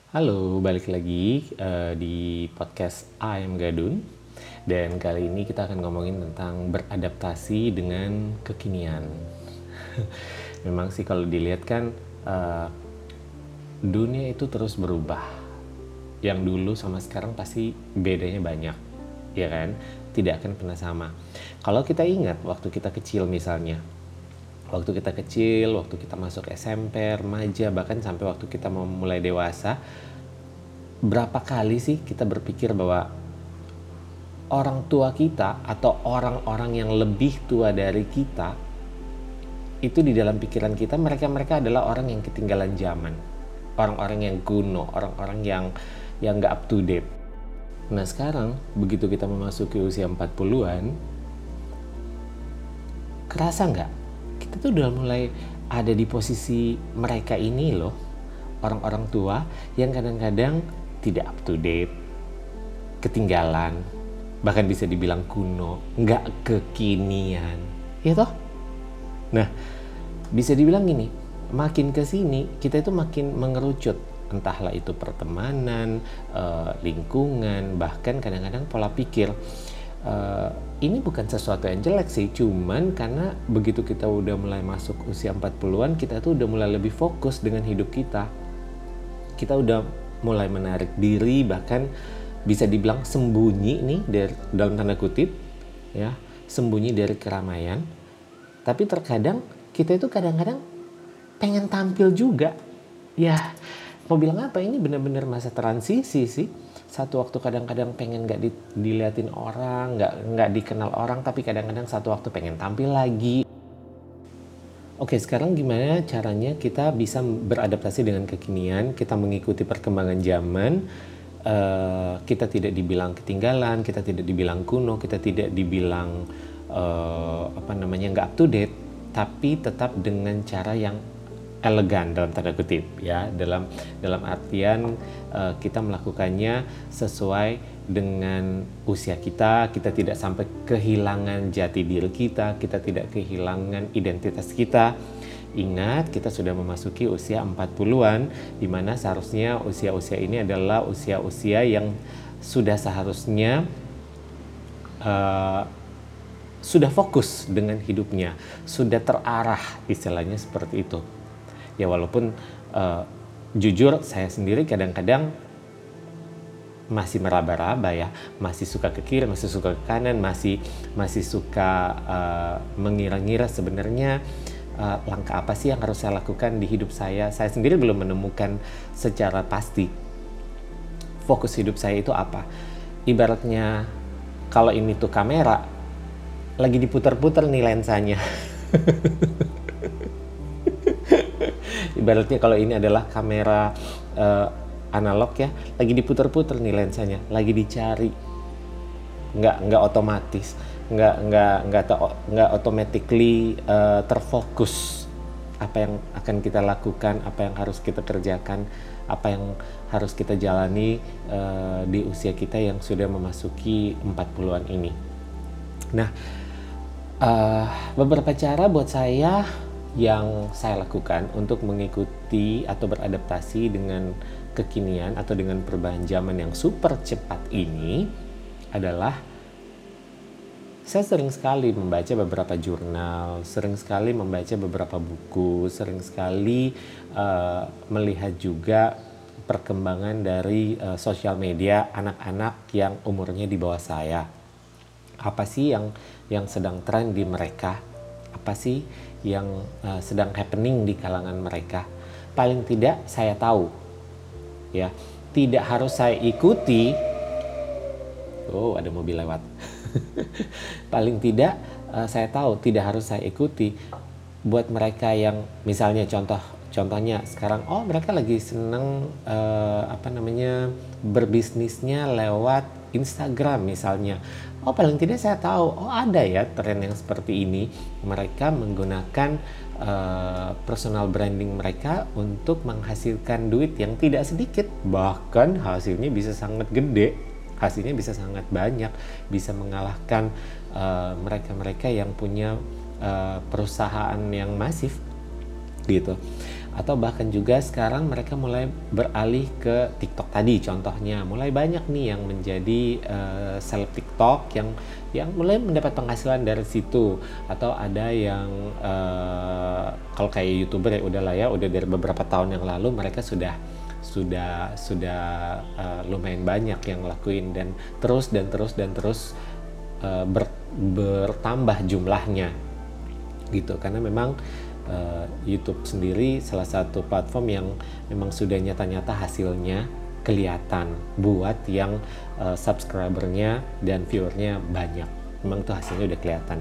Halo, balik lagi di podcast I Am Gadun. Dan kali ini kita akan ngomongin tentang beradaptasi dengan kekinian. Memang sih kalau dilihat kan dunia itu terus berubah. Yang dulu sama sekarang pasti bedanya banyak, ya kan? Tidak akan pernah sama. Kalau kita ingat waktu kita kecil misalnya, waktu kita masuk SMP, remaja, bahkan sampai waktu kita mau mulai dewasa, berapa kali sih kita berpikir bahwa orang tua kita atau orang-orang yang lebih tua dari kita itu di dalam pikiran kita mereka adalah orang yang ketinggalan zaman, orang-orang yang kuno, orang-orang yang nggak up to date. Nah sekarang begitu kita memasuki usia 40-an, kerasa nggak? Kita tuh udah mulai ada di posisi mereka ini loh, orang-orang tua yang kadang-kadang tidak up to date, ketinggalan, bahkan bisa dibilang kuno, nggak kekinian, ya toh? Nah, bisa dibilang gini, makin kesini kita itu makin mengerucut, entahlah itu pertemanan, lingkungan, bahkan kadang-kadang pola pikir. Ini bukan sesuatu yang jelek sih, cuman karena begitu kita udah mulai masuk usia 40-an, kita tuh udah mulai lebih fokus dengan hidup kita. Kita udah mulai menarik diri, bahkan bisa dibilang sembunyi nih dalam tanda kutip, ya, sembunyi dari keramaian. Tapi terkadang kita itu kadang-kadang pengen tampil juga. Ya, mau bilang apa, ini benar-benar masa transisi sih. Satu waktu kadang-kadang pengen gak diliatin orang, gak dikenal orang, tapi kadang-kadang satu waktu pengen tampil lagi. Oke, sekarang gimana caranya kita bisa beradaptasi dengan kekinian, kita mengikuti perkembangan zaman, kita tidak dibilang ketinggalan, kita tidak dibilang kuno, kita tidak dibilang gak up to date, tapi tetap dengan cara yang elegan dalam tanda kutip, ya, dalam artian kita melakukannya sesuai dengan usia kita tidak sampai kehilangan jati diri kita tidak kehilangan identitas kita. Ingat, kita sudah memasuki usia 40-an, di mana seharusnya usia-usia ini adalah usia-usia yang sudah seharusnya sudah fokus dengan hidupnya, sudah terarah, istilahnya seperti itu. Ya walaupun jujur saya sendiri kadang-kadang masih meraba-raba ya, masih suka ke kiri, masih suka ke kanan, masih suka mengira-ngira sebenarnya langkah apa sih yang harus saya lakukan di hidup saya. Saya sendiri belum menemukan secara pasti fokus hidup saya itu apa. Ibaratnya kalau ini tuh kamera lagi diputar-putar nih lensanya. Ibaratnya kalau ini adalah kamera analog ya, lagi diputar-putar nih lensanya, lagi dicari, nggak otomatis, nggak automatically terfokus apa yang akan kita lakukan, apa yang harus kita kerjakan, apa yang harus kita jalani di usia kita yang sudah memasuki 40-an ini. Nah, beberapa cara buat saya yang saya lakukan untuk mengikuti atau beradaptasi dengan kekinian atau dengan perubahan zaman yang super cepat ini adalah saya sering sekali membaca beberapa jurnal, sering sekali membaca beberapa buku, sering sekali melihat juga perkembangan dari sosial media anak-anak yang umurnya di bawah saya. Apa sih yang sedang tren di mereka? Apa sih yang sedang happening di kalangan mereka? Paling tidak saya tahu, ya, tidak harus saya ikuti. Oh, ada mobil lewat. Paling tidak saya tahu tidak harus saya ikuti. Buat mereka yang misalnya contohnya sekarang, oh mereka lagi seneng berbisnisnya lewat Instagram misalnya. Oh paling tidak saya tahu, oh ada ya tren yang seperti ini. Mereka menggunakan personal branding mereka untuk menghasilkan duit yang tidak sedikit. Bahkan hasilnya bisa sangat gede, hasilnya bisa sangat banyak, bisa mengalahkan mereka-mereka yang punya perusahaan yang masif gitu. Atau bahkan juga sekarang mereka mulai beralih ke TikTok tadi contohnya. Mulai banyak nih yang menjadi seleb TikTok yang mulai mendapat penghasilan dari situ. Atau ada yang kalau kayak YouTuber ya udahlah ya, udah dari beberapa tahun yang lalu mereka sudah lumayan banyak yang lakuin, dan terus bertambah jumlahnya gitu, karena memang YouTube sendiri salah satu platform yang memang sudah nyata-nyata hasilnya kelihatan buat yang subscribernya dan viewernya banyak. Memang tuh hasilnya udah kelihatan.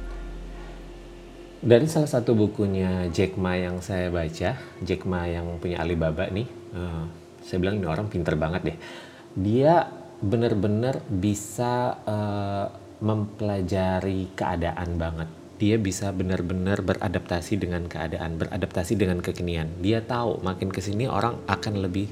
Dari salah satu bukunya Jack Ma yang saya baca, Jack Ma yang punya Alibaba nih, saya bilang ini orang pinter banget deh. Dia benar-benar bisa mempelajari keadaan banget. Dia bisa benar-benar beradaptasi dengan keadaan, beradaptasi dengan kekinian. Dia tahu makin kesini orang akan lebih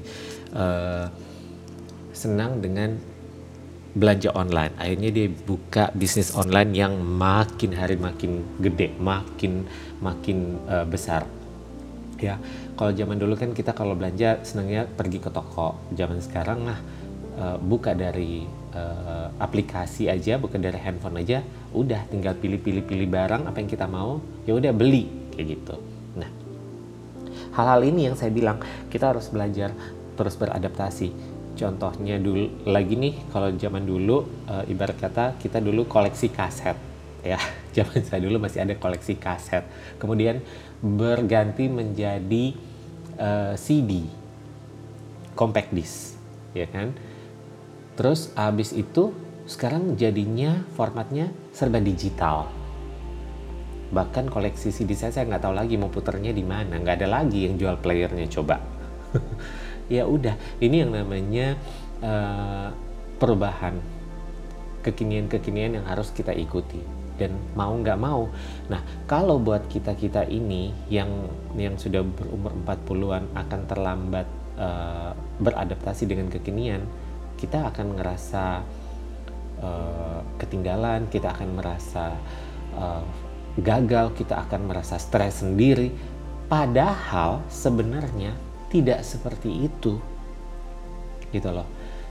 senang dengan belanja online. Akhirnya dia buka bisnis online yang makin hari makin gede, makin besar. Ya, kalau zaman dulu kan kita kalau belanja senangnya pergi ke toko. Zaman sekarang buka dari aplikasi aja, buka dari handphone aja, udah tinggal pilih barang apa yang kita mau, ya udah beli kayak gitu. Nah, hal-hal ini yang saya bilang kita harus belajar terus beradaptasi. Contohnya dulu lagi nih, kalau zaman dulu ibarat kata kita dulu koleksi kaset ya. Zaman saya dulu masih ada koleksi kaset. Kemudian berganti menjadi CD, compact disc, ya kan? Terus abis itu sekarang jadinya formatnya serba digital. Bahkan koleksi CD saya nggak tahu lagi mau puternya di mana, nggak ada lagi yang jual playernya coba. Ya udah, ini yang namanya perubahan, kekinian yang harus kita ikuti dan mau nggak mau. Nah, kalau buat kita ini yang sudah berumur 40-an akan terlambat beradaptasi dengan kekinian, kita akan ngerasa ketinggalan, kita akan merasa gagal, kita akan merasa stres sendiri. Padahal sebenarnya tidak seperti itu, gitu loh.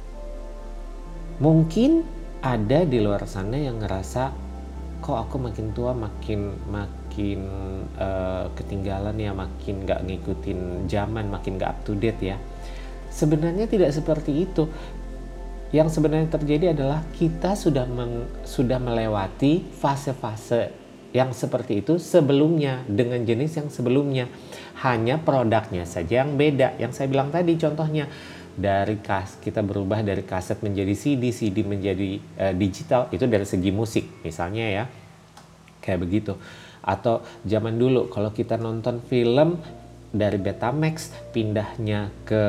Mungkin ada di luar sana yang ngerasa, kok aku makin tua makin ketinggalan ya, makin nggak ngikutin zaman, makin nggak up to date ya. Sebenarnya tidak seperti itu. Yang sebenarnya terjadi adalah kita sudah melewati fase-fase yang seperti itu sebelumnya dengan jenis yang sebelumnya. Hanya produknya saja yang beda. Yang saya bilang tadi contohnya, dari kita berubah dari kaset menjadi CD menjadi digital, itu dari segi musik misalnya ya, kayak begitu. Atau zaman dulu kalau kita nonton film dari Betamax pindahnya ke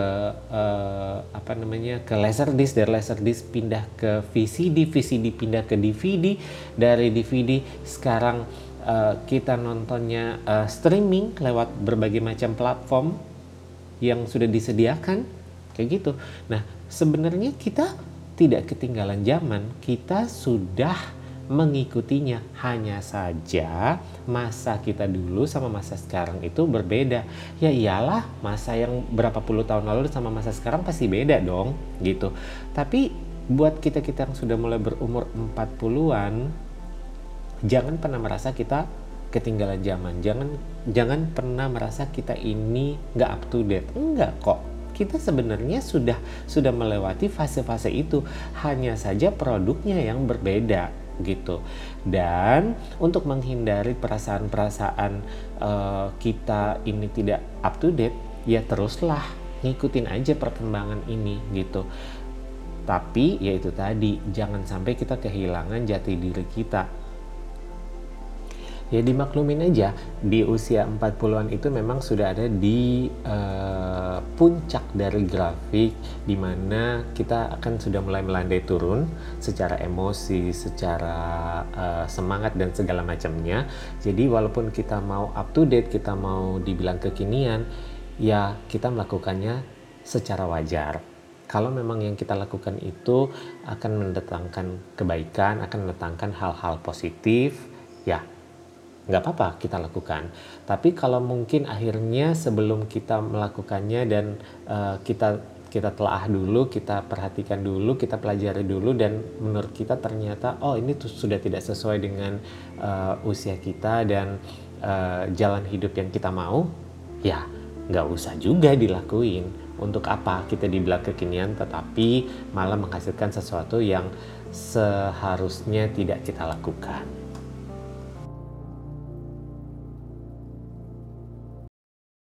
ke Laserdisc, dari Laserdisc pindah ke VCD pindah ke DVD, dari DVD sekarang kita nontonnya streaming lewat berbagai macam platform yang sudah disediakan kayak gitu. Nah, sebenarnya kita tidak ketinggalan zaman, kita sudah mengikutinya, hanya saja masa kita dulu sama masa sekarang itu berbeda. Ya iyalah, masa yang berapa puluh tahun lalu sama masa sekarang pasti beda dong gitu. Tapi buat kita yang sudah mulai berumur 40-an, jangan pernah merasa kita ketinggalan zaman. Jangan pernah merasa kita ini nggak up to date. Enggak kok. Kita sebenarnya sudah melewati fase-fase itu, hanya saja produknya yang berbeda gitu. Dan untuk menghindari perasaan kita ini tidak up to date, ya teruslah ngikutin aja perkembangan ini gitu. Tapi ya itu tadi, jangan sampai kita kehilangan jati diri kita. Ya dimaklumin aja, di usia 40-an itu memang sudah ada di puncak dari grafik, dimana kita akan sudah mulai melandai turun secara emosi, secara semangat dan segala macamnya. Jadi walaupun kita mau up to date, kita mau dibilang kekinian, ya kita melakukannya secara wajar. Kalau memang yang kita lakukan itu akan mendatangkan kebaikan, akan mendatangkan hal-hal positif, ya nggak apa-apa kita lakukan. Tapi kalau mungkin akhirnya sebelum kita melakukannya dan kita telaah dulu, kita perhatikan dulu, kita pelajari dulu, dan menurut kita ternyata ini tuh sudah tidak sesuai dengan usia kita dan jalan hidup yang kita mau, ya nggak usah juga dilakuin. Untuk apa kita dibelah kekinian tetapi malah menghasilkan sesuatu yang seharusnya tidak kita lakukan.